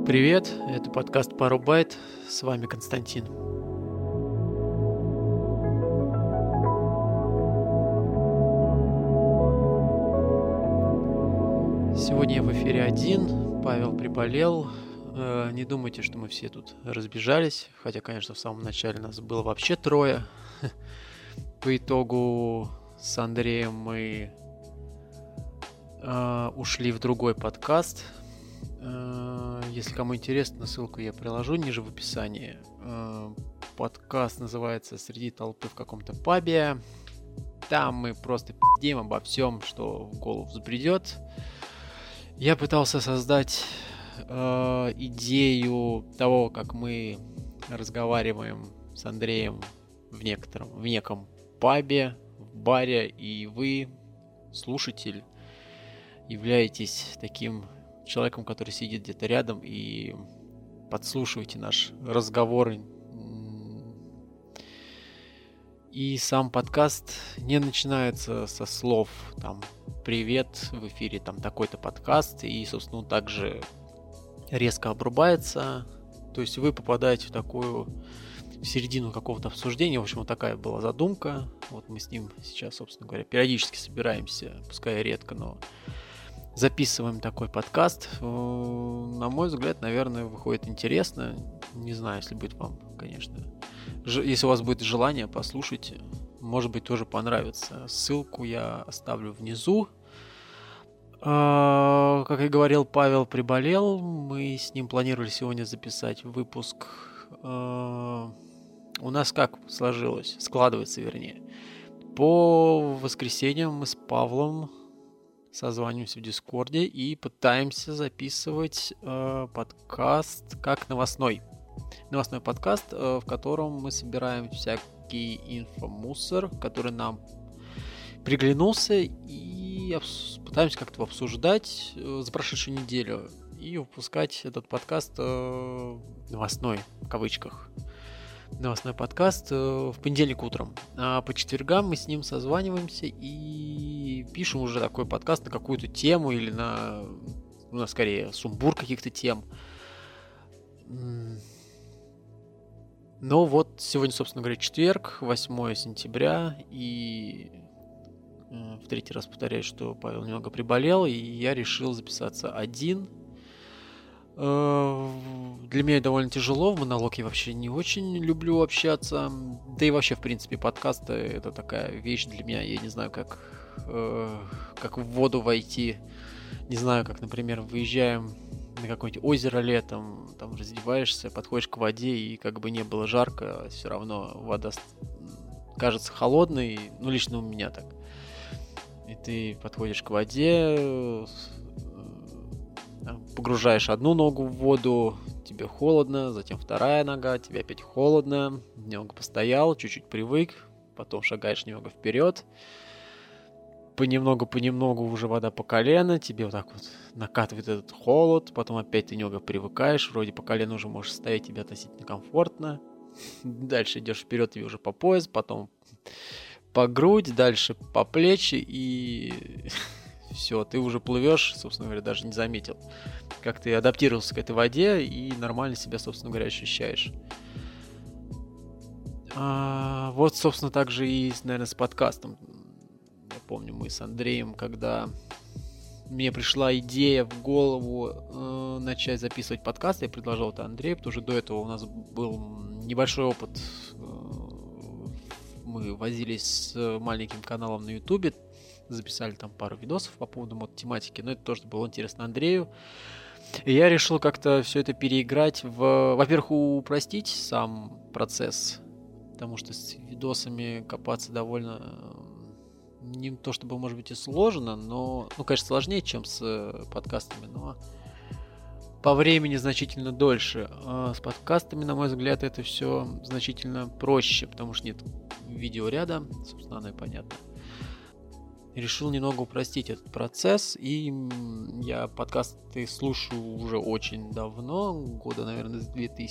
Привет, это подкаст «Пару байт», с вами Константин. Сегодня я в эфире один, Павел приболел. Не думайте, что мы все тут разбежались, хотя, конечно, в самом начале нас было вообще трое. По итогу с Андреем мы ушли в другой подкаст. Если кому интересно, ссылку я приложу ниже в описании. Подкаст называется «Среди толпы в каком-то пабе». Там мы просто пиздим обо всем, что в голову взбредет. Я пытался создать идею того, как мы разговариваем с Андреем в неком пабе, в баре, и вы, слушатель, являетесь таким человеком, который сидит где-то рядом и подслушиваете наш разговор. И сам подкаст не начинается со слов там «Привет, в эфире там такой-то подкаст», и, собственно, он также резко обрубается. То есть вы попадаете в середину какого-то обсуждения. В общем, вот такая была задумка. Вот мы с ним сейчас, собственно говоря, периодически собираемся, пускай редко, но записываем такой подкаст. На мой взгляд, наверное, выходит интересно. Не знаю, если будет вам, конечно. Если у вас будет желание, послушайте. Может быть, тоже понравится. Ссылку я оставлю внизу. Как и говорил, Павел приболел. Мы с ним планировали сегодня записать выпуск. У нас как складывается, вернее. По воскресеньям мы с Павлом созваниваемся в Дискорде и пытаемся записывать подкаст как новостной подкаст, в котором мы собираем всякий инфомусор, который нам приглянулся, и пытаемся как-то обсуждать за прошедшую неделю и выпускать этот подкаст новостной, в кавычках, новостной подкаст в понедельник утром. А по четвергам мы с ним созваниваемся и пишем уже такой подкаст на какую-то тему или скорее, сумбур каких-то тем. Но вот сегодня, собственно говоря, четверг, 8 сентября, и в третий раз повторяю, что Павел немного приболел, и я решил записаться один. Для меня довольно тяжело, в монолог я вообще не очень люблю общаться, да и вообще, в принципе, подкасты — это такая вещь для меня, я не знаю, как в воду войти, не знаю, как, например, выезжаем на какое-нибудь озеро летом, там раздеваешься, подходишь к воде, и как бы не было жарко, все равно вода кажется холодной, лично у меня так. И ты подходишь к воде, погружаешь одну ногу в воду, тебе холодно, затем вторая нога, тебе опять холодно, немного постоял, чуть-чуть привык, потом шагаешь немного вперед, понемногу уже вода по колено, тебе вот так вот накатывает этот холод, потом опять ты немного привыкаешь, вроде по колено уже можешь стоять, тебе относительно комфортно, дальше идешь вперед, тебе уже по пояс, потом по грудь, дальше по плечи, и все, ты уже плывешь, собственно говоря, даже не заметил, как ты адаптировался к этой воде и нормально себя, собственно говоря, ощущаешь. Вот, собственно, так же и, наверное, с подкастом. Я помню, мы с Андреем, когда мне пришла идея в голову начать записывать подкаст, я предложил это Андрею, потому что до этого у нас был небольшой опыт. Мы возились с маленьким каналом на Ютубе, записали там пару видосов по поводу мод-тематики, но это тоже было интересно Андрею. И я решил как-то все это переиграть во-первых, упростить сам процесс, потому что с видосами копаться довольно не то чтобы, может быть, и сложно, но, конечно, сложнее, чем с подкастами, но по времени значительно дольше. А с подкастами, на мой взгляд, это все значительно проще, потому что нет видеоряда, собственно, оно и понятно. Решил немного упростить этот процесс, и я подкасты слушаю уже очень давно, года, наверное, с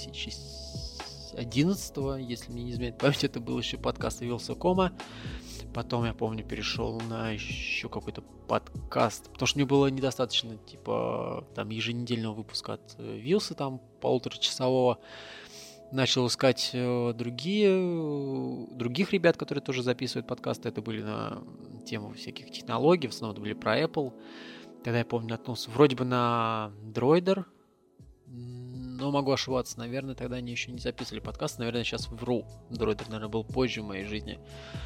2011, если мне не изменяет память, это был еще подкаст Вилсакома. Потом, я помню, перешел на еще какой-то подкаст, потому что мне было недостаточно, типа, там, еженедельного выпуска от Вилса, там, полуторачасового. Начал искать других ребят, которые тоже записывают подкасты. Это были на тему всяких технологий, в основном это были про Apple. Тогда, я помню, наткнулся вроде бы на Droider, но могу ошибаться. Наверное, тогда они еще не записывали подкаст. Наверное, сейчас вру. Droider, наверное, был позже в моей жизни.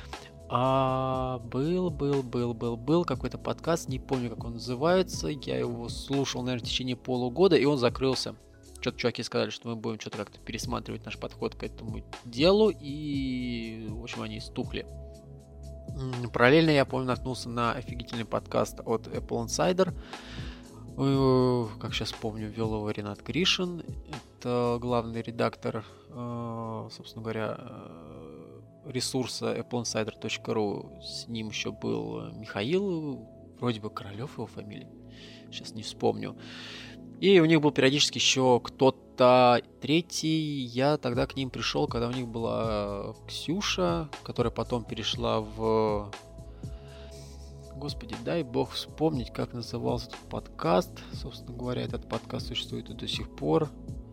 Был какой-то подкаст, не помню, как он называется. Я его слушал, наверное, в течение полугода, и он закрылся. Что-то чуваки сказали, что мы будем что-то как-то пересматривать наш подход к этому делу, и, в общем, они стухли. Параллельно, я помню, наткнулся на офигительный подкаст от Apple Insider. Как сейчас помню, вел его Ренат Гришин. Это главный редактор, собственно говоря, ресурса appleinsider.ru. С ним еще был Михаил, вроде бы Королев его фамилия, сейчас не вспомню. И у них был периодически еще кто-то третий. Я тогда к ним пришел, когда у них была Ксюша, которая потом перешла в... Господи, дай бог вспомнить, как назывался этот подкаст. Собственно говоря, этот подкаст существует и до сих пор.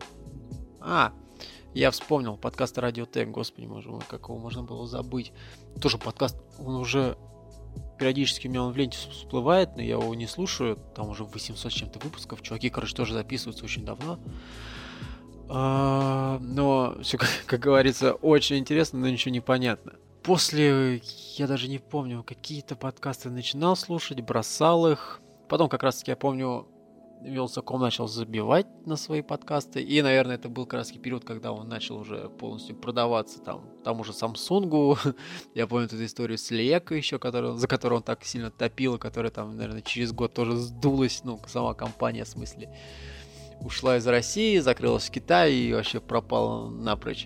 Я вспомнил, подкаст Радиотек. Господи, как его можно было забыть. Тоже подкаст, он уже... Периодически у меня он в ленте всплывает, но я его не слушаю. Там уже 800 с чем-то выпусков. Чуваки, короче, тоже записываются очень давно. Но все, как говорится, очень интересно, но ничего не понятно. После, я даже не помню, какие-то подкасты начинал слушать, бросал их. Потом как раз-таки, я помню, Вилсаком начал забивать на свои подкасты. И, наверное, это был как раз период, когда он начал уже полностью продаваться там уже Samsung. Я помню эту историю с Леко еще, за которую он так сильно топил, и которая там, наверное, через год тоже сдулась. Сама компания, в смысле, ушла из России, закрылась в Китае и вообще пропала напрочь.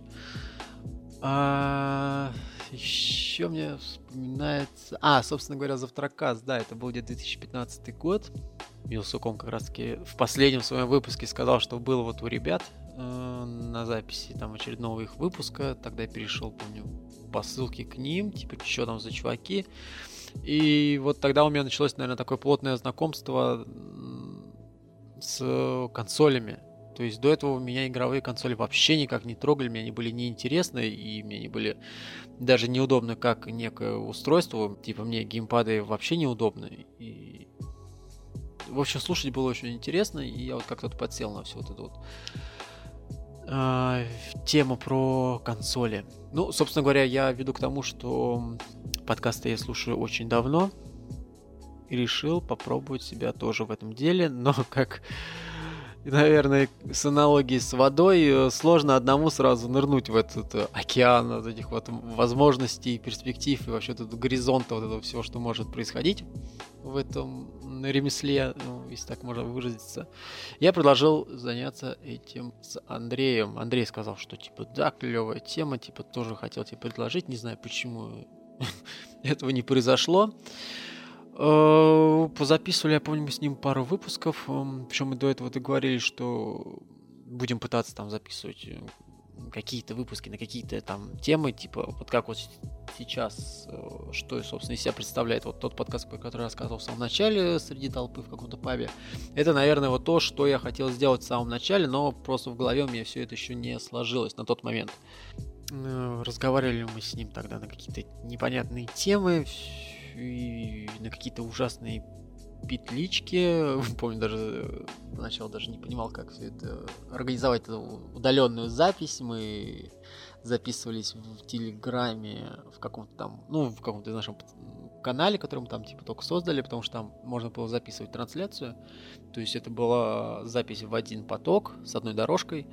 Еще мне вспоминается... собственно говоря, Завтракаст, да, это был где-то 2015 год. Вилсаком как раз-таки в последнем своем выпуске сказал, что был вот у ребят на записи там очередного их выпуска. Тогда я перешел, помню, по ссылке к ним, типа, что там за чуваки. И вот тогда у меня началось, наверное, такое плотное знакомство с консолями. То есть до этого у меня игровые консоли вообще никак не трогали, мне они были неинтересны, и мне они были даже неудобны как некое устройство. Типа мне геймпады вообще неудобны. И... В общем, слушать было очень интересно, и я вот как-то подсел на всю вот эту вот тему про консоли. Собственно говоря, я веду к тому, что подкасты я слушаю очень давно, и решил попробовать себя тоже в этом деле, но как... Наверное, с аналогией с водой сложно одному сразу нырнуть в этот океан вот этих вот возможностей, перспектив и вообще тут горизонта вот этого всего, что может происходить в этом ремесле, если так можно выразиться. Я предложил заняться этим с Андреем. Андрей сказал, что типа да, клевая тема, типа тоже хотел тебе предложить, не знаю почему этого не произошло. Позаписывали, я помню, мы с ним пару выпусков, причем мы до этого договорились, что будем пытаться там записывать какие-то выпуски на какие-то там темы, типа вот как вот сейчас, что, собственно, из себя представляет вот тот подкаст, про который я рассказывал в самом начале, среди толпы в каком-то пабе. Это, наверное, вот то, что я хотел сделать в самом начале, но просто в голове у меня все это еще не сложилось на тот момент. Разговаривали мы с ним тогда на какие-то непонятные темы, и на какие-то ужасные петлички. Помню, даже поначалу даже не понимал, как все это организовать, эту удаленную запись. Мы записывались в Телеграме в каком-то там, в каком-то нашем канале, который мы там типа только создали, потому что там можно было записывать трансляцию. То есть это была запись в один поток с одной дорожкой.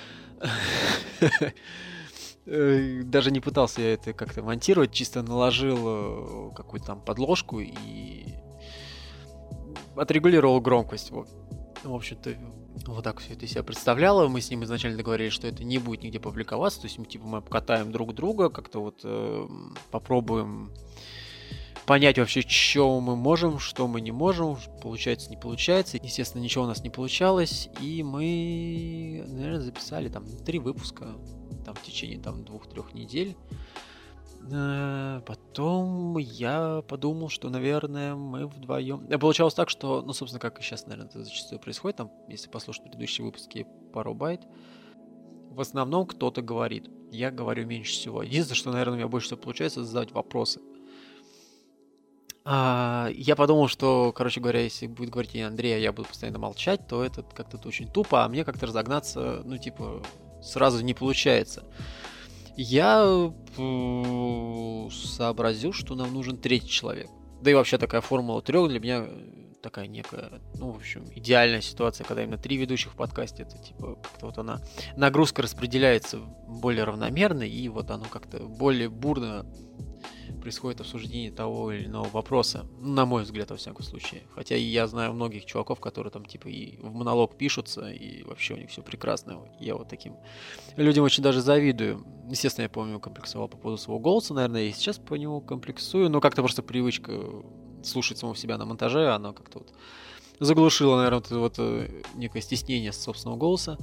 Даже не пытался я это как-то монтировать, чисто наложил какую-то там подложку и отрегулировал громкость. Вот. В общем-то, вот так все это из себя представляло. Мы с ним изначально договорились, что это не будет нигде публиковаться. То есть мы обкатаем друг друга, как-то вот попробуем понять вообще, что мы можем, что мы не можем, получается, не получается. Естественно, ничего у нас не получалось. И мы, наверное, записали там 3 выпуска. Там в течение 2-3 недель. Потом я подумал, что, наверное, мы вдвоем... Получалось так, что, ну, собственно, как и сейчас, наверное, это зачастую происходит, там, если послушать предыдущие выпуски пару байт, в основном кто-то говорит. Я говорю меньше всего. Единственное, что, наверное, у меня больше всего получается, задавать вопросы. Я подумал, что, короче говоря, если будет говорить Андрей, а я буду постоянно молчать, то это как-то очень тупо, а мне как-то разогнаться, ну, типа, сразу не получается. Я сообразил, что нам нужен третий человек. Да и вообще такая формула 3 для меня такая некая, ну, в общем, идеальная ситуация, когда именно 3 ведущих в подкасте, это типа как-то вот она, нагрузка распределяется более равномерно, и вот оно как-то более бурно происходит обсуждение того или иного вопроса, на мой взгляд, во всяком случае. Хотя и я знаю многих чуваков, которые там типа и в монолог пишутся, и вообще у них все прекрасно. Я вот таким людям очень даже завидую. Естественно, я помню, комплексовал по поводу своего голоса, наверное, и сейчас по нему комплексую, но как-то просто привычка слушать самого себя на монтаже, она как-то вот заглушила, наверное, вот некое стеснение собственного голоса.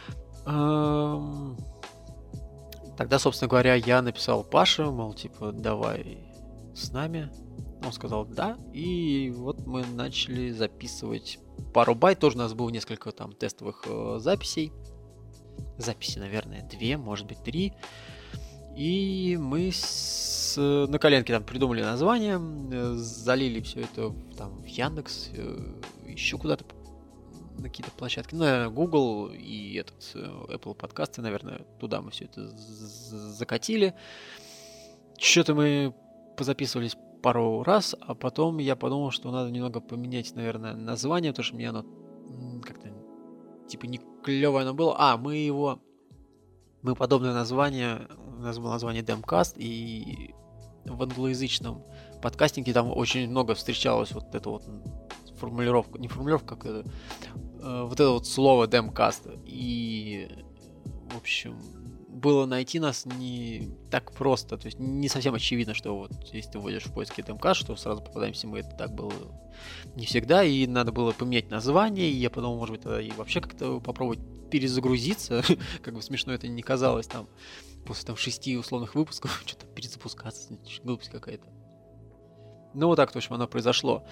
Тогда, собственно говоря, я написал Паше, мол, типа, давай с нами. Он сказал да, и вот мы начали записывать пару байт. Тоже у нас было несколько там тестовых записей. Записи, наверное, 2, может быть, 3. И мы на коленке там придумали название, залили все это там в Яндекс, еще куда-то на какие-то площадки, ну, наверное, Google и Apple подкасты, наверное, туда мы все это закатили. Что-то мы позаписывались пару раз, а потом я подумал, что надо немного поменять, наверное, название, потому что мне оно как-то типа не клевое оно было. Мы подобное название, у нас было название Damcast, и в англоязычном подкастинге там очень много встречалось вот это вот формулировка, не формулировка, как это, вот это вот слово Damcast. И, в общем, было найти нас не так просто, то есть не совсем очевидно, что вот если ты вводишь в поиске Damcast, что сразу попадаемся мы, это так было не всегда, и надо было поменять название, и я подумал, может быть, тогда и вообще как-то попробовать перезагрузиться, как бы смешно это не казалось, там, после там 6 условных выпусков, что-то перезапускаться, глупость какая-то. Ну, вот так, в общем, оно произошло.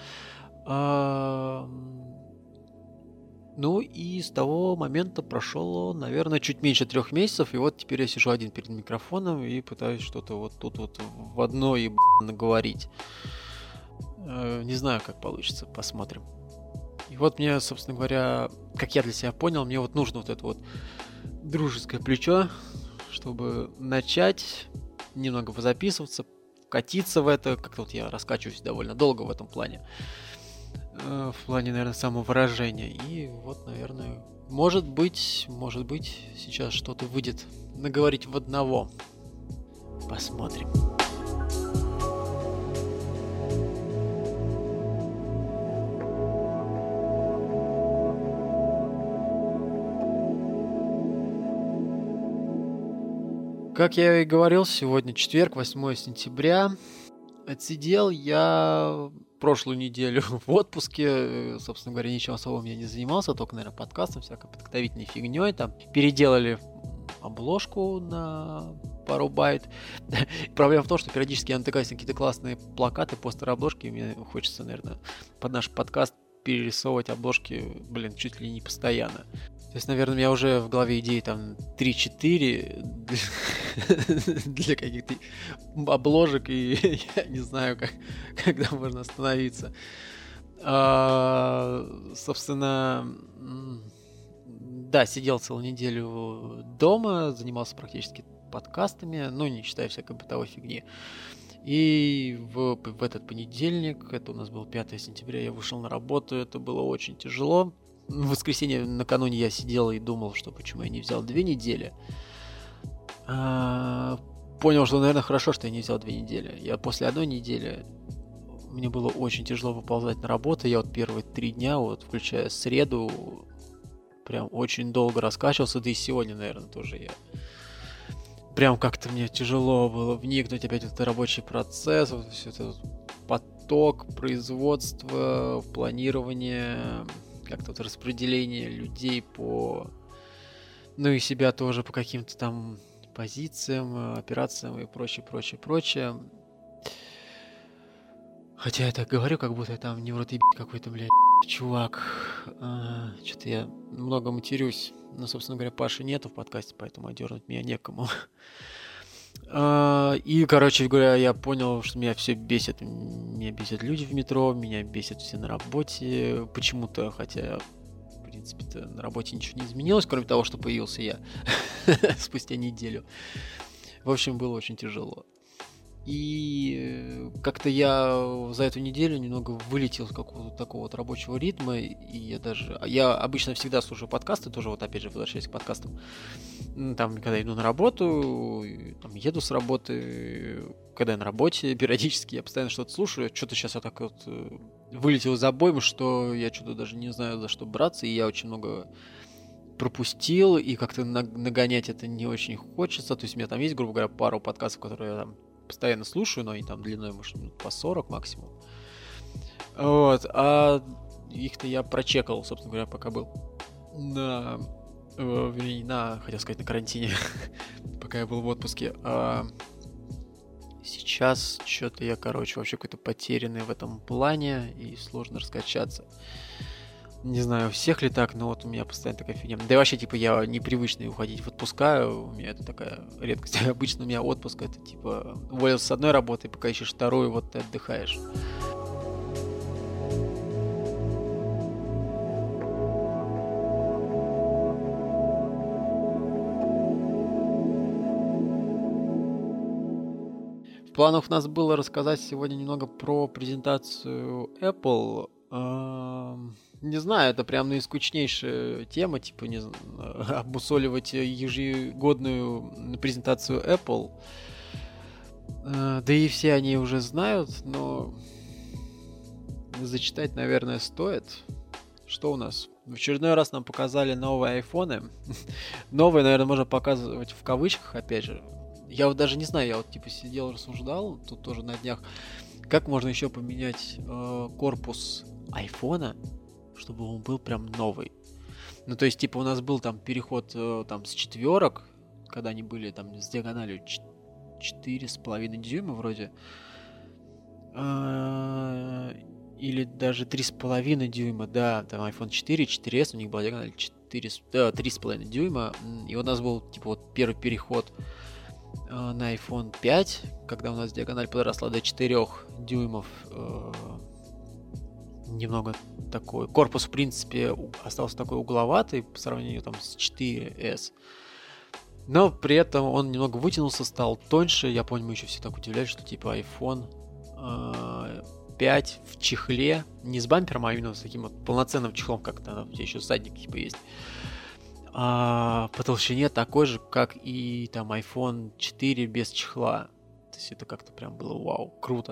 Ну и с того момента прошло, наверное, чуть меньше 3 месяцев, и вот теперь я сижу один перед микрофоном и пытаюсь что-то вот тут вот в одно и наговорить. Не знаю, как получится, посмотрим. И вот мне, собственно говоря, как я для себя понял, мне вот нужно вот это вот дружеское плечо, чтобы начать немного позаписываться, вкатиться в это. Как-то вот я раскачиваюсь довольно долго в этом плане. В плане, наверное, самовыражения. И вот, наверное, может быть, сейчас что-то выйдет наговорить в одного. Посмотрим. Как я и говорил, сегодня четверг, 8 сентября. Отсидел я прошлую неделю в отпуске. Собственно говоря, ничего особого я не занимался, только, наверное, подкастом, всякой подготовительной фигней. Там переделали обложку на пару байт. Проблема в том, что периодически я натыкаюсь на какие-то классные плакаты, постеры, обложки, и мне хочется, наверное, под наш подкаст перерисовывать обложки, чуть ли не постоянно. То есть, наверное, у меня уже в голове идеи там 3-4 для каких-то обложек, и я не знаю, когда можно остановиться. Собственно, да, сидел целую неделю дома, занимался практически подкастами, ну, не считая всякой бытовой фигни. И в этот понедельник, это у нас был 5 сентября, я вышел на работу, это было очень тяжело. В воскресенье накануне я сидел и думал, что почему я не взял 2 недели. Понял, что, наверное, хорошо, что я не взял 2 недели. Я после 1 недели, мне было очень тяжело выползать на работу. Я вот первые 3 дня, вот включая среду, прям очень долго раскачивался. Да и сегодня, наверное, тоже я. Прям как-то мне тяжело было вникнуть опять в этот рабочий процесс, вот все это поток производства, планирование, как-то вот распределение людей по... Ну и себя тоже по каким-то там позициям, операциям и прочее, прочее, прочее. Хотя я так говорю, как будто я там не в рот ебать какой-то, блядь, чувак. Что-то я много матерюсь. Но, собственно говоря, Паши нету в подкасте, поэтому одернуть меня некому. И, короче говоря, я понял, что меня все бесит. Меня бесят люди в метро, меня бесят все на работе. Почему-то, хотя, в принципе-то, на работе ничего не изменилось, кроме того, что появился я спустя неделю. В общем, было очень тяжело. И как-то я за эту неделю немного вылетел с какого-то такого вот рабочего ритма, и я обычно всегда слушаю подкасты, тоже вот опять же возвращаясь к подкастам, там, когда иду на работу, там, еду с работы, когда я на работе, периодически я постоянно что-то слушаю, что-то сейчас я так вот вылетел из обоймы, что я что-то даже не знаю, за что браться, и я очень много пропустил, и как-то нагонять это не очень хочется, то есть у меня там есть, грубо говоря, пару подкастов, которые я там постоянно слушаю, но они там длиной, может, минут по 40 максимум. Вот, а их-то я прочекал, собственно говоря, пока был хотел сказать, на карантине, пока я был в отпуске. Сейчас что-то я, вообще какой-то потерянный в этом плане, и сложно раскачаться. Не знаю, у всех ли так, но вот у меня постоянно такая фигня. Да и вообще, типа, я непривычный уходить в отпуска, у меня это такая редкость. Обычно у меня отпуск, это, типа, уволился с одной работы, пока ищешь вторую, вот ты отдыхаешь. В планах у нас было рассказать сегодня немного про презентацию Apple. Не знаю, это прям наискучнейшая тема, типа, обмусоливать ежегодную презентацию Apple. Да и все они уже знают, но зачитать, наверное, стоит. Что у нас? В очередной раз нам показали новые айфоны. Новые, наверное, можно показывать в кавычках, опять же. Я вот даже не знаю, я вот типа сидел, рассуждал, тут тоже на днях, как можно еще поменять корпус айфона, чтобы он был прям новый. Ну, то есть, типа, у нас был там переход там с четверок, когда они были там с диагональю 4,5 дюйма вроде. Или даже 3,5 дюйма, да, там iPhone 4, 4S, у них была диагональ 3,5 дюйма. И у нас был, типа, вот первый переход на iPhone 5, когда у нас диагональ подросла до 4 дюймов. Немного такой. Корпус, в принципе, остался такой угловатый по сравнению там с 4S. Но при этом он немного вытянулся, стал тоньше. Я помню, мы еще все так удивлялись, что типа iPhone 5 в чехле. Не с бампером, а именно с таким вот полноценным чехлом, как там у тебя еще задник типа есть. По толщине такой же, как и там iPhone 4 без чехла. То есть это как-то прям было вау, круто.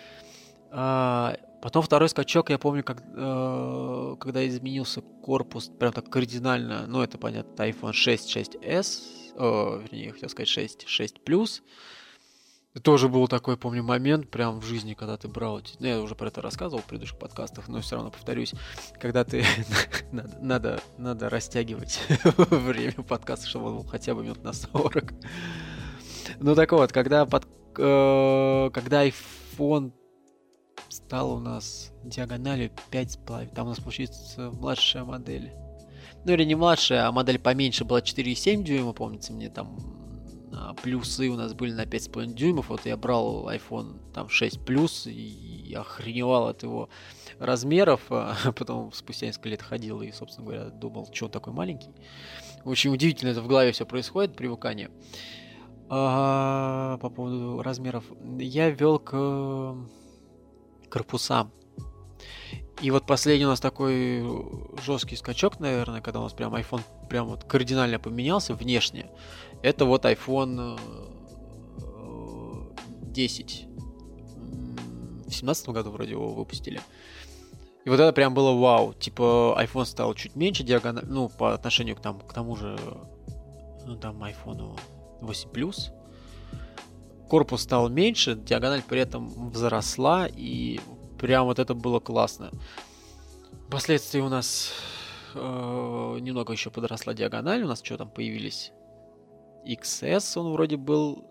Потом второй скачок, я помню, когда изменился корпус прям так кардинально, ну это понятно, iPhone 6, 6s, вернее, я хотел сказать 6 Plus. Тоже был такой, помню, момент прям в жизни, когда ты брал, ну я уже про это рассказывал в предыдущих подкастах, но все равно повторюсь, когда ты надо растягивать время подкаста, чтобы он был хотя бы минут на 40. Ну так вот, когда iPhone стал у нас диагональю 5,5. Там у нас получится младшая модель. Ну или не младшая, а модель поменьше была 4,7 дюйма, помнится мне, там плюсы у нас были на 5,5 дюймов. Вот я брал iPhone там 6 плюс и охреневал от его размеров. А потом спустя несколько лет ходил и, собственно говоря, думал, что он такой маленький. Очень удивительно это в голове все происходит, привыкание. По поводу размеров. Я вел к корпусам. И вот последний у нас такой жесткий скачок, наверное, когда у нас прям iPhone прям вот кардинально поменялся внешне. Это вот iPhone 10. В 2017 году вроде его выпустили. И вот это прям было вау. Типа iPhone стал чуть меньше диагональ, ну, по отношению к тому же, ну, там, iPhone 8 Plus. Корпус стал меньше, диагональ при этом взросла, и прям вот это было классно. Впоследствии у нас немного еще подросла диагональ, у нас что там появились XS он вроде был,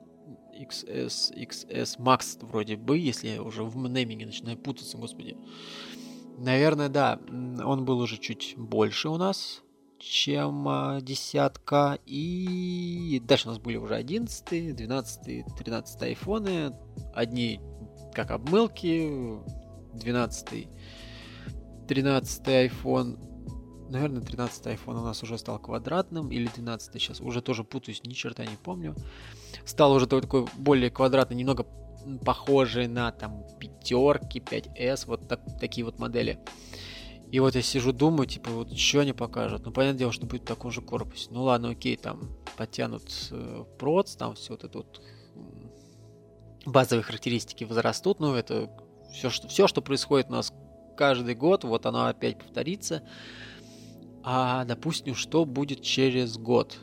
XS Max вроде бы, если я уже в нейминге начинаю путаться, господи. Наверное, да, он был уже чуть больше у нас, чем десятка. И дальше у нас были уже 11, 12, 13 айфоны. Одни как обмылки, 12, 13 iPhone. Наверное, 13 iPhone у нас уже стал квадратным, или 12 сейчас, уже тоже путаюсь, ни черта не помню. Стал уже такой более квадратный, немного похожий на там пятерки, 5S, вот такие вот модели. И вот я сижу, думаю, типа, вот что они покажут? Ну, понятное дело, что будет в таком же корпусе. Ну ладно, окей, там подтянут проц, там все вот это вот базовые характеристики возрастут, ну, это все, что происходит у нас каждый год, вот оно опять повторится. А, допустим, что будет через год?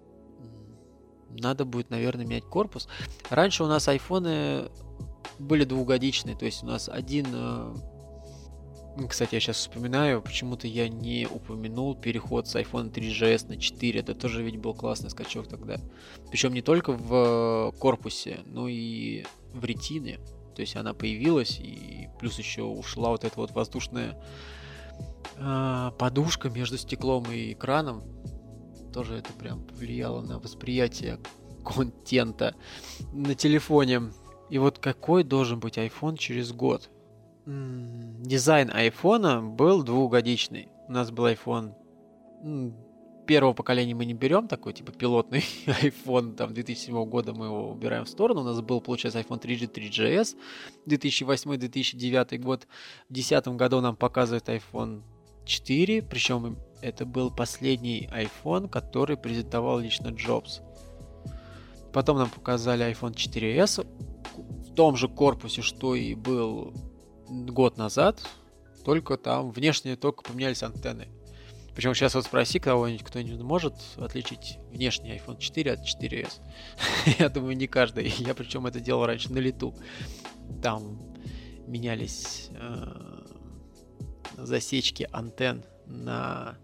Надо будет, наверное, менять корпус. Раньше у нас айфоны были двухгодичные, то есть у нас один... Кстати, я сейчас вспоминаю, почему-то я не упомянул переход с iPhone 3GS на 4. Это тоже ведь был классный скачок тогда. Причем не только в корпусе, но и в ретине. То есть она появилась, и плюс еще ушла вот эта вот воздушная подушка между стеклом и экраном. Тоже это прям повлияло на восприятие контента на телефоне. И вот какой должен быть iPhone через год? Дизайн айфона был двухгодичный. У нас был iPhone первого поколения мы не берем, такой типа пилотный iPhone там 2007 года, мы его убираем в сторону. У нас был, получается, iPhone 3G, 3GS 2008-2009 год. В 2010 году нам показывает iPhone 4, причем это был последний iPhone, который презентовал лично Джобс. Потом нам показали iPhone 4s в том же корпусе, что и был год назад, только там внешне только поменялись антенны. Причем сейчас вот спроси кого-нибудь, кто-нибудь может отличить внешний iPhone 4 от 4s. Я думаю, не каждый. Я причем это делал раньше на лету. Там менялись засечки антенн на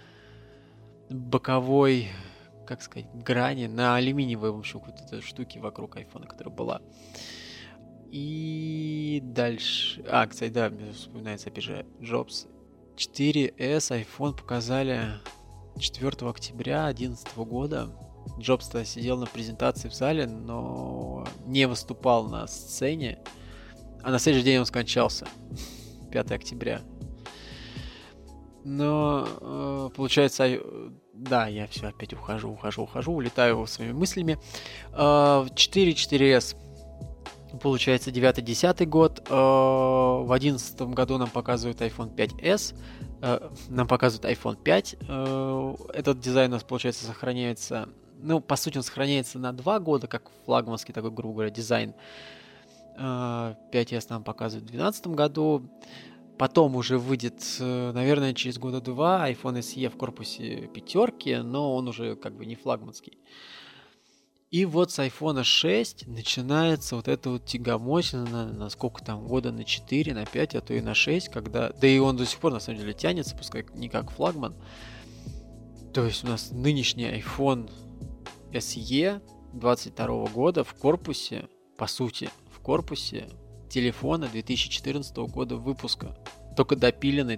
боковой, как сказать, грани, на алюминиевой, в общем, какой-то штуке вокруг айфона, которая была. И дальше... кстати, да, мне вспоминается, опять же, Джобс. 4S iPhone показали 4 октября 2011 года. Джобс-то сидел на презентации в зале, но не выступал на сцене. А на следующий день он скончался. 5 октября. Но, получается, да, я все опять ухожу, улетаю своими мыслями. 4S. Получается, 9-10 год. В 2011 году нам показывают iPhone 5s. Нам показывают iPhone 5. Этот дизайн у нас, получается, сохраняется... Ну, по сути, он сохраняется на 2 года, как флагманский такой, грубо говоря, дизайн. 5s нам показывают в 2012 году. Потом уже выйдет, наверное, через года 2 iPhone SE в корпусе пятерки, но он уже как бы не флагманский. И вот с iPhone 6 начинается вот это вот тягомотина на сколько там, года на 4, на 5, а то и на 6, когда... Да и он до сих пор, на самом деле, тянется, пускай не как флагман. То есть у нас нынешний iPhone SE 22 года в корпусе, по сути, в корпусе телефона 2014 года выпуска. Только допиленный,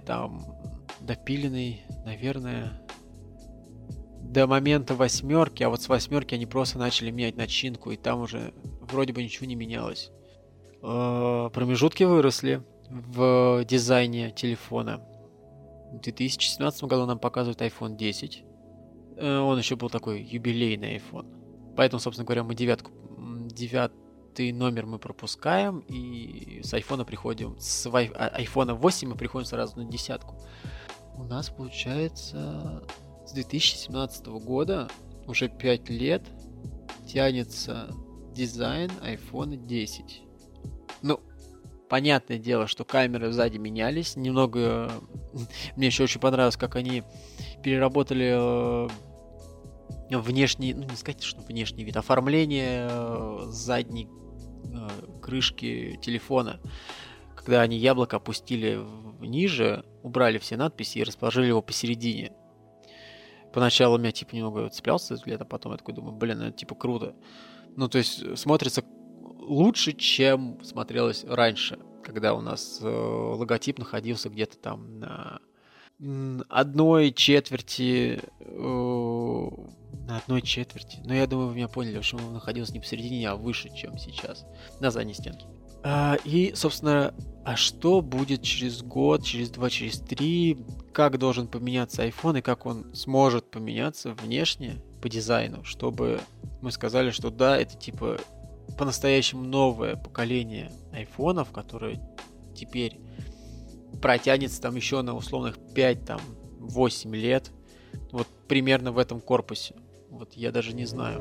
наверное... до момента 8, а вот с 8 они просто начали менять начинку, и там уже вроде бы ничего не менялось. Промежутки выросли в дизайне телефона. В 2017 году нам показывают iPhone 10. Он еще был такой юбилейный iPhone. Поэтому, собственно говоря, мы 9-й номер мы пропускаем, и с iPhone приходим, с iPhone 8 мы приходим сразу на 10. У нас получается... С 2017 года, уже 5 лет, тянется дизайн iPhone 10. Ну, понятное дело, что камеры сзади менялись. Немного... Мне еще очень понравилось, как они переработали внешний... Ну, не сказать, что внешний вид. Оформление задней крышки телефона. Когда они яблоко опустили ниже, убрали все надписи и расположили его посередине. Поначалу меня, типа, немного цеплялся этот взгляд, а потом я такой думаю, блин, это, типа, круто. Ну, то есть, смотрится лучше, чем смотрелось раньше, когда у нас логотип находился где-то там на одной четверти, на одной четверти. Но я думаю, вы меня поняли, что он находился не посередине, а выше, чем сейчас, на задней стенке. И, собственно, а что будет через год, через 2, через 3? Как должен поменяться iPhone и как он сможет поменяться внешне по дизайну, чтобы мы сказали, что да, это типа по-настоящему новое поколение айфонов, которое теперь протянется там еще на условных 5-8 лет. Вот примерно в этом корпусе. Вот я даже не знаю.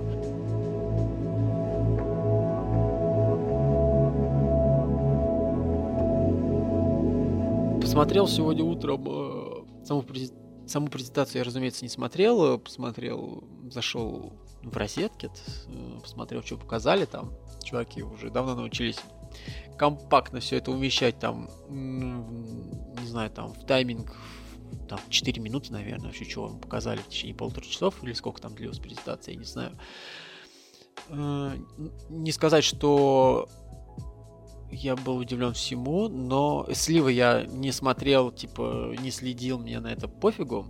Посмотрел сегодня утром саму презентацию я, разумеется, не смотрел. Зашел в Розеткед, посмотрел, что показали там. Чуваки уже давно научились компактно все это умещать там, не знаю, там в тайминг, там 4 минуты, наверное, вообще, что вам показали в течение 1,5 часов, или сколько там длилась презентация, я не знаю. Не сказать, что я был удивлен всему, но сливы я не смотрел, типа, не следил, мне на это пофигу.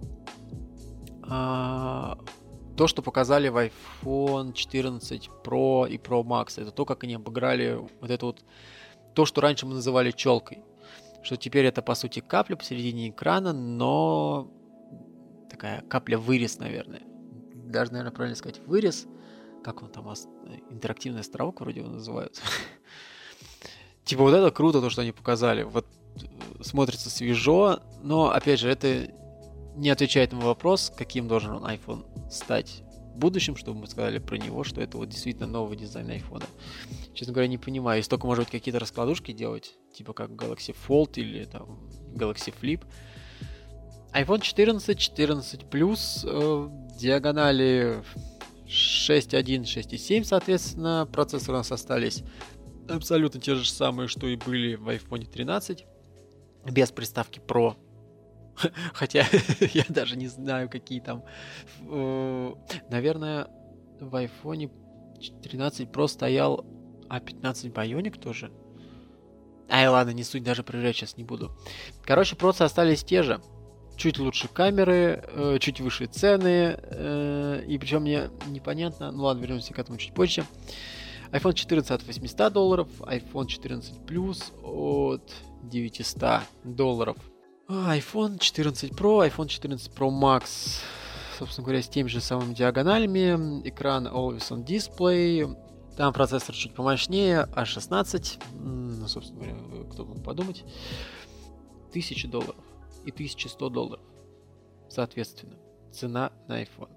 То, что показали в iPhone 14 Pro и Pro Max, это то, как они обыграли вот это вот, то, что раньше мы называли челкой. Что теперь это, по сути, капля посередине экрана, но такая капля-вырез, наверное. Даже, наверное, правильно сказать, вырез. Как он там, интерактивный островок вроде его называют. Типа вот это круто, то, что они показали. Вот смотрится свежо, но, опять же, это не отвечает на вопрос, каким должен он iPhone стать в будущем, чтобы мы сказали про него, что это вот действительно новый дизайн iPhone. Честно говоря, не понимаю. Если только, может быть, какие-то раскладушки делать, типа как Galaxy Fold или там Galaxy Flip. iPhone 14, 14 Plus, диагонали 6.1, 6.7, соответственно, процессоры у нас остались абсолютно те же самые, что и были в iPhone 13, без приставки Pro. Хотя я даже не знаю, какие там. Наверное, в iPhone 13 Pro стоял A15 Bionic тоже. Ай, ладно, не суть, даже проверять сейчас не буду. Короче, просто остались те же. Чуть лучше камеры, чуть выше цены. И причем мне непонятно. Ну ладно, вернемся к этому чуть позже. iPhone 14 от $800, iPhone 14 Plus от $900. iPhone 14 Pro, iPhone 14 Pro Max, собственно говоря, с теми же самыми диагоналями, экран Always On Display, там процессор чуть помощнее, A16, ну, собственно говоря, кто мог подумать, $1000 и $1100, соответственно, цена на iPhone,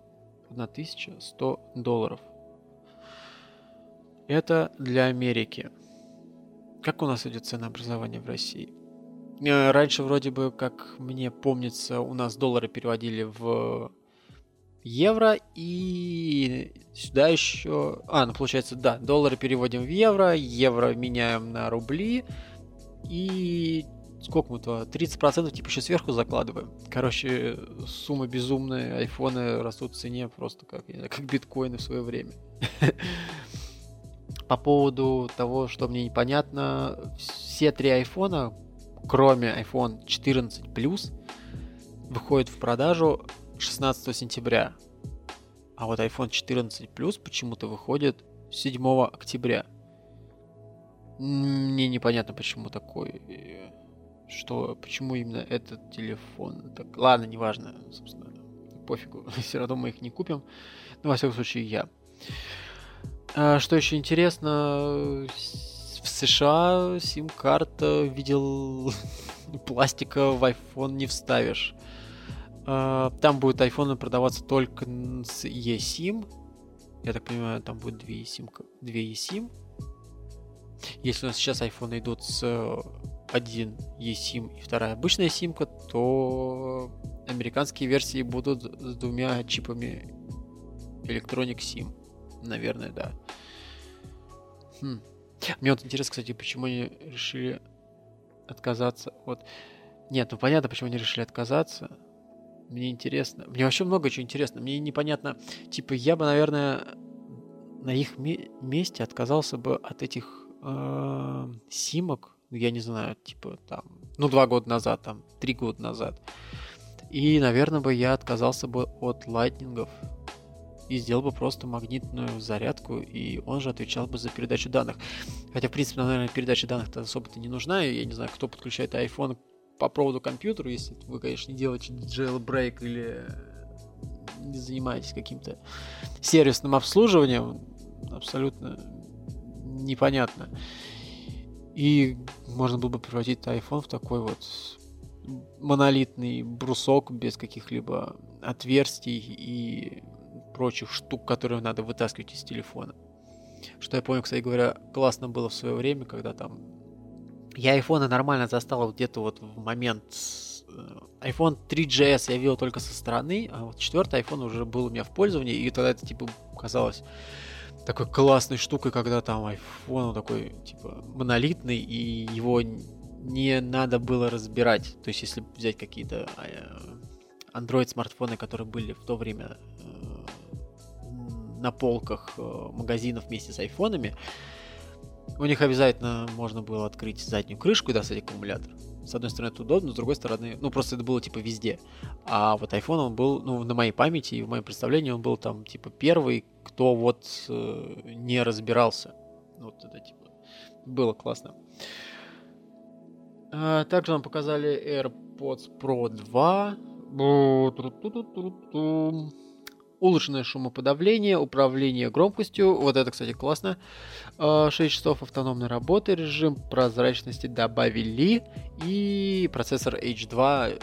$1100. Это для Америки. Как у нас идет ценообразование в России? Раньше вроде бы, как мне помнится, у нас доллары переводили в евро, и сюда еще... ну получается, да, доллары переводим в евро меняем на рубли, и сколько мы-то, 30% типа еще сверху закладываем. Короче, сумма безумная, айфоны растут в цене просто как биткоины в свое время. По поводу того, что мне непонятно, все 3 айфона, кроме iPhone 14 Plus, выходит в продажу 16 сентября. А вот iPhone 14 Plus почему-то выходит 7 октября. Мне непонятно, почему такой... почему именно этот телефон. Так, ладно, неважно, собственно, пофигу. Все равно мы их не купим. Но, во всяком случае, я. Что еще интересно... В США сим-карта видел пластика в iPhone не вставишь. Там будут айфоны продаваться только с eSIM. Я так понимаю, там будет 2 eSIM. Если у нас сейчас айфоны идут с один eSIM и вторая обычная симка, то американские версии будут с 2 чипами Electronic SIM. Наверное, да. Мне вот интересно, кстати, почему они решили отказаться от... Нет, ну понятно, почему они решили отказаться. Мне интересно. Мне вообще много чего интересно. Мне непонятно. Типа, я бы, наверное, на их месте отказался бы от этих симок. Я не знаю, типа, там, 2 года назад, там, 3 года назад. И, наверное, бы я отказался бы от лайтнингов и сделал бы просто магнитную зарядку, и он же отвечал бы за передачу данных. Хотя, в принципе, наверное, передача данных-то особо-то не нужна, и я не знаю, кто подключает iPhone по проводу к компьютеру, если вы, конечно, не делаете jailbreak или не занимаетесь каким-то сервисным обслуживанием, абсолютно непонятно. И можно было бы превратить iPhone в такой вот монолитный брусок без каких-либо отверстий и прочих штук, которые надо вытаскивать из телефона. Что я помню, кстати говоря, классно было в свое время, когда там я айфоны нормально застал где-то вот в момент iPhone 3GS я видел только со стороны, а вот 4-й iPhone уже был у меня в пользовании, и тогда это типа казалось такой классной штукой, когда там iPhone такой типа монолитный, и его не надо было разбирать. То есть если взять какие-то Android смартфоны, которые были в то время на полках магазинов вместе с айфонами, у них обязательно можно было открыть заднюю крышку и достать аккумулятор. С одной стороны, это удобно, с другой стороны, просто это было типа везде. А вот iPhone, он был, на моей памяти и в моем представлении, он был там типа первый, кто вот не разбирался. Вот это типа было классно. Также нам показали AirPods Pro 2. Улучшенное шумоподавление, управление громкостью. Вот это, кстати, классно. 6 часов автономной работы, режим прозрачности добавили. И процессор H2.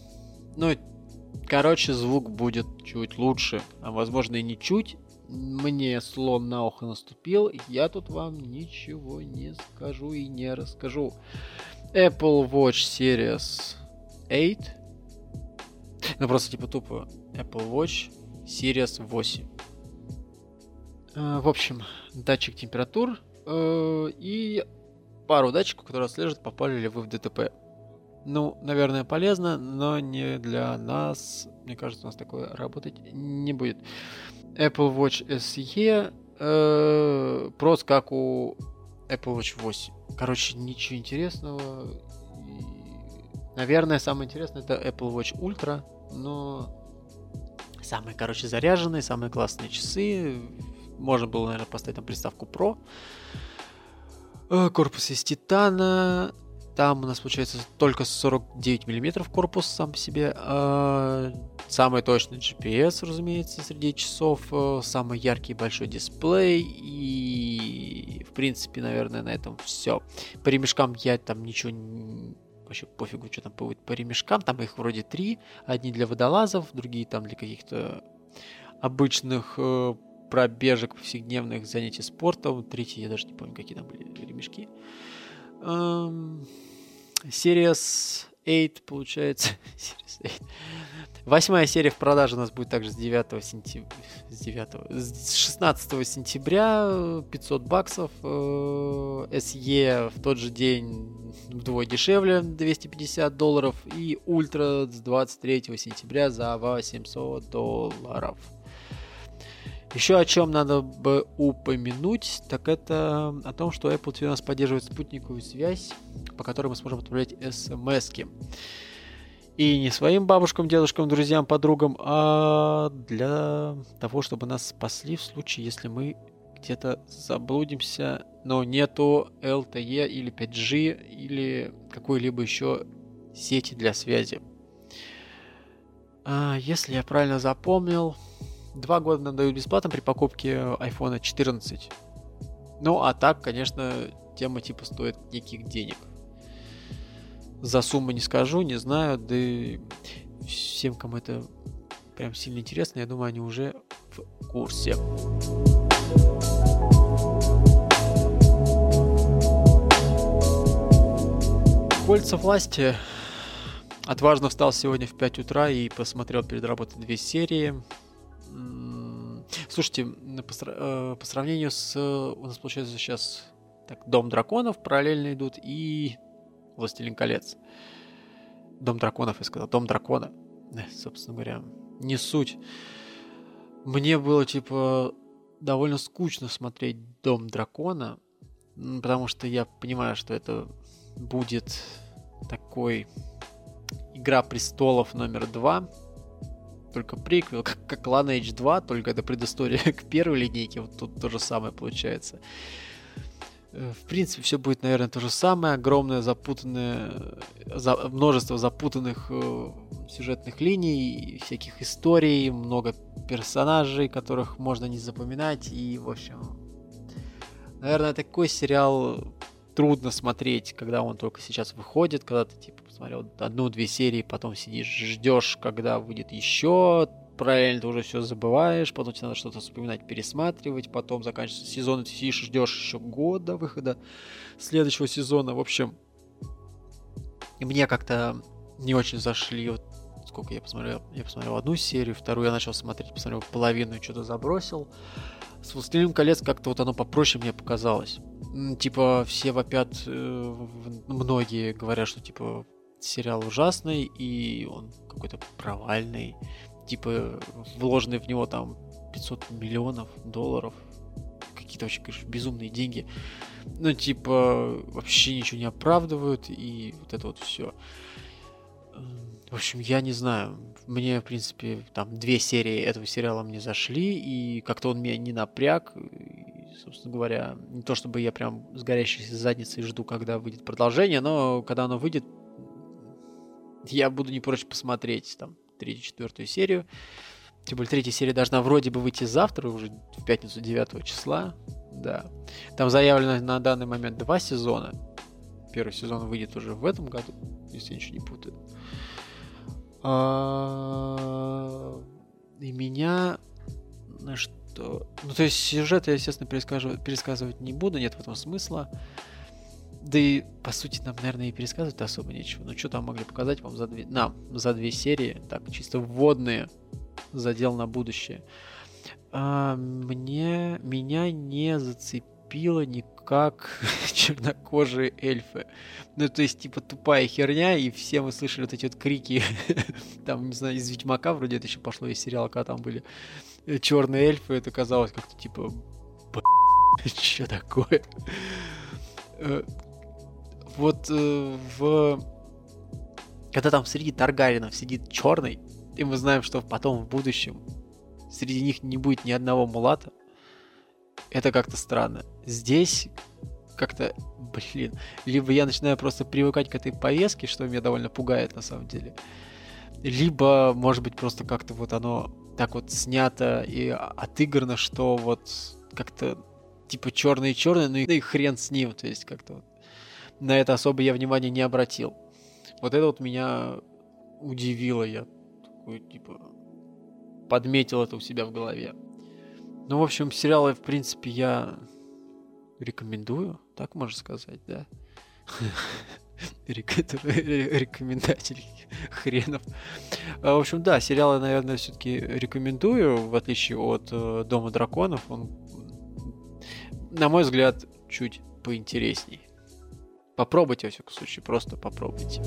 Звук будет чуть лучше. А возможно и не чуть. Мне слон на ухо наступил. Я тут вам ничего не скажу и не расскажу. Apple Watch Series 8. Просто типа тупо. Apple Watch Series 8. В общем, датчик температур и пару датчиков, которые отслеживают, попали ли вы в ДТП. Наверное, полезно, но не для нас. Мне кажется, у нас такое работать не будет. Apple Watch SE просто как у Apple Watch 8. Ничего интересного. Наверное, самое интересное это Apple Watch Ultra, но самые, заряженные, самые классные часы. Можно было, наверное, поставить там приставку Pro. Корпус из титана. Там у нас получается только 49 мм корпус сам по себе. Самый точный GPS, разумеется, среди часов. Самый яркий большой дисплей. И, в принципе, наверное, на этом все. По ремешкам я там ничего вообще пофигу, что там будет по ремешкам. Там их вроде 3. Одни для водолазов, другие там для каких-то обычных пробежек, повседневных занятий спортом. Третий, я даже не помню, какие там были ремешки. Series 8, получается. Series 8. 8-я серия в продаже у нас будет также с 16 сентября. $500. SE в тот же день вдвое дешевле, $250. И Ультра с 23 сентября за $800. Еще о чем надо бы упомянуть, так это о том, что Apple теперь у нас поддерживает спутниковую связь, по которой мы сможем отправлять смс-ки. И не своим бабушкам, дедушкам, друзьям, подругам, а для того, чтобы нас спасли в случае, если мы где-то заблудимся, но нету LTE или 5G или какой-либо еще сети для связи. Если я правильно запомнил, 2 года нам дают бесплатно при покупке iPhone 14. А так, конечно, тема типа стоит неких денег. За сумму не скажу, не знаю, да и всем, кому это прям сильно интересно, я думаю, они уже в курсе. Кольца власти. Отважно встал сегодня в 5 утра и посмотрел перед работой 2 серии. Слушайте, по сравнению с... У нас, получается, сейчас Дом драконов параллельно идут и Властелин колец. Дом драконов, я сказал. Дом дракона. собственно говоря, не суть. Мне было, типа, довольно скучно смотреть «Дом дракона», потому что я понимаю, что это будет такой «Игра престолов» номер 2, только приквел, как Lineage 2, только это предыстория к первой линейке, вот тут то же самое получается. В принципе, все будет, наверное, то же самое. Огромное запутанное, множество запутанных сюжетных линий, всяких историй, много персонажей, которых можно не запоминать. И, в общем, наверное, такой сериал трудно смотреть, когда он только сейчас выходит, когда ты, типа, посмотрел 1-2 серии, потом сидишь, ждешь, когда выйдет еще. Правильно, ты уже все забываешь, потом тебе надо что-то вспоминать, пересматривать, потом заканчивается сезон, и ты сидишь и ждешь еще год до выхода следующего сезона. В общем, мне как-то не очень зашли. Вот сколько я посмотрел? Я посмотрел 1 серию, 2 я начал смотреть, посмотрел половину и что-то забросил. С «Властелином колец» как-то вот оно попроще мне показалось. Типа все вопят, многие говорят, что типа сериал ужасный и он какой-то провальный. Типа, вложенные в него там 500 миллионов долларов. Какие-то вообще, конечно, безумные деньги. Ну, типа, вообще ничего не оправдывают. И вот это вот все. В общем, я не знаю. Мне, в принципе, там 2 серии этого сериала мне зашли. И как-то он меня не напряг. И, собственно говоря, не то чтобы я прям с горящей задницей жду, когда выйдет продолжение. Но когда оно выйдет, я буду не прочь посмотреть там 3-4 серию. Тем более 3 серия должна вроде бы выйти завтра, уже в пятницу 9 числа. Да. Там заявлено на данный момент 2 сезона. Первый сезон выйдет уже в этом году, если я ничего не путаю. И меня... что... Ну, то есть сюжет я, естественно, пересказывать не буду, нет в этом смысла. Да и, по сути, нам, наверное, и пересказывать особо нечего. Ну, что там могли показать вам за 2 серии? Так, чисто вводные, задел на будущее. Меня не зацепило никак чернокожие эльфы. Ну, то есть, типа, тупая херня, и все мы слышали вот эти вот крики. Там, не знаю, из Ведьмака вроде это еще пошло, из сериала, когда там были черные эльфы. Это казалось как-то, типа, что такое? Вот когда там среди Таргаринов сидит черный, и мы знаем, что потом в будущем среди них не будет ни одного мулата, это как-то странно. Здесь как-то, либо я начинаю просто привыкать к этой повестке, что меня довольно пугает на самом деле, либо, может быть, просто как-то вот оно так вот снято и отыграно, что вот как-то типа черный, ну и хрен с ним, то есть как-то вот на это особо я внимания не обратил. Вот это вот меня удивило, я такой, типа, подметил это у себя в голове. Ну, в общем, сериалы, в принципе, я рекомендую, так можно сказать, да? Рекомендатель хренов. В общем, да, сериалы, наверное, все-таки рекомендую, в отличие от «Дома драконов». Он, на мой взгляд, чуть поинтересней. Попробуйте, во всяком случае, просто попробуйте.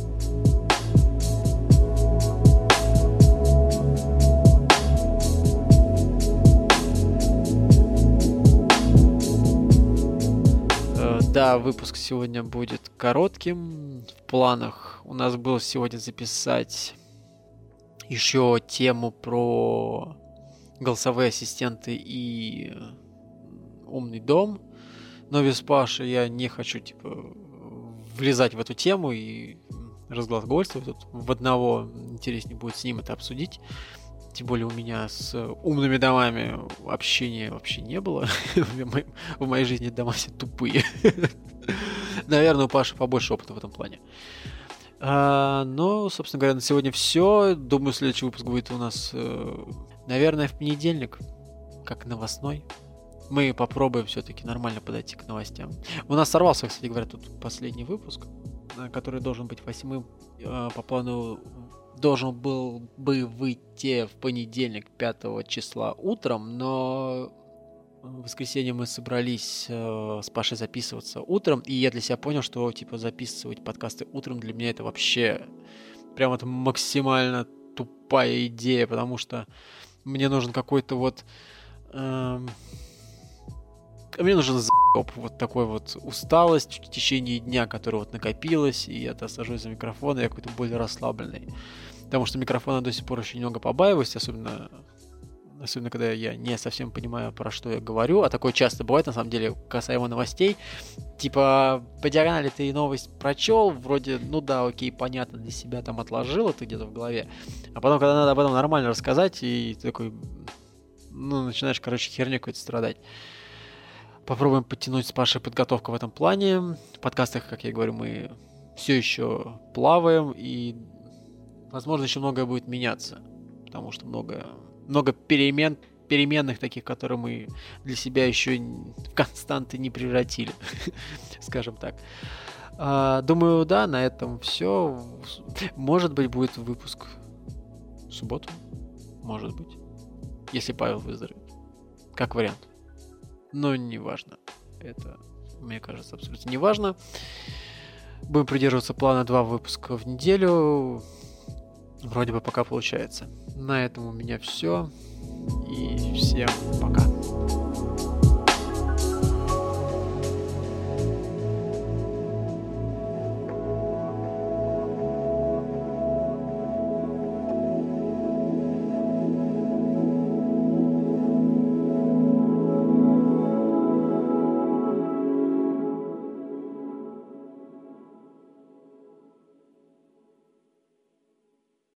Да, выпуск сегодня будет коротким. В планах у нас было сегодня записать еще тему про голосовые ассистенты и умный дом. Но без Паши я не хочу, типа, влезать в эту тему и разглагольствовать. Тут в одного интереснее будет с ним это обсудить. Тем более у меня с умными домами общения вообще не было. В моей жизни дома все тупые. Наверное, у Паши побольше опыта в этом плане. Но, собственно говоря, на сегодня все. Думаю, следующий выпуск будет у нас, наверное, в понедельник, как новостной. Мы попробуем все-таки нормально подойти к новостям. У нас сорвался, кстати говоря, тут последний выпуск, который должен быть 8-м. По плану должен был бы выйти в понедельник, 5 числа утром, но в воскресенье мы собрались с Пашей записываться утром, и я для себя понял, что типа записывать подкасты утром для меня это вообще прям вот максимально тупая идея, потому что мне нужен какой-то вот... Мне нужен вот такой вот усталость в течение дня, которая вот накопилась, и я сажусь за микрофон, и я какой-то более расслабленный. Потому что микрофона до сих пор еще немного побаиваюсь, особенно когда я не совсем понимаю, про что я говорю, а такое часто бывает, на самом деле, касаемо новостей. Типа, по диагонали ты новость прочел, вроде, ну да, окей, понятно, для себя там отложил это где-то в голове, а потом, когда надо об этом нормально рассказать, и ты такой, ну, начинаешь, короче, херню какой-то страдать. Попробуем подтянуть с Пашей подготовку в этом плане. В подкастах, как я говорю, мы все еще плаваем, и, возможно, еще многое будет меняться, потому что много переменных таких, которые мы для себя еще в константы не превратили, скажем так. Думаю, да, на этом все. Может быть, будет выпуск в субботу. Может быть. Если Павел выздоровеет. Как вариант. Но не важно. Это, мне кажется, абсолютно не важно. Будем придерживаться плана 2 выпуска в неделю. Вроде бы пока получается. На этом у меня все. И всем пока.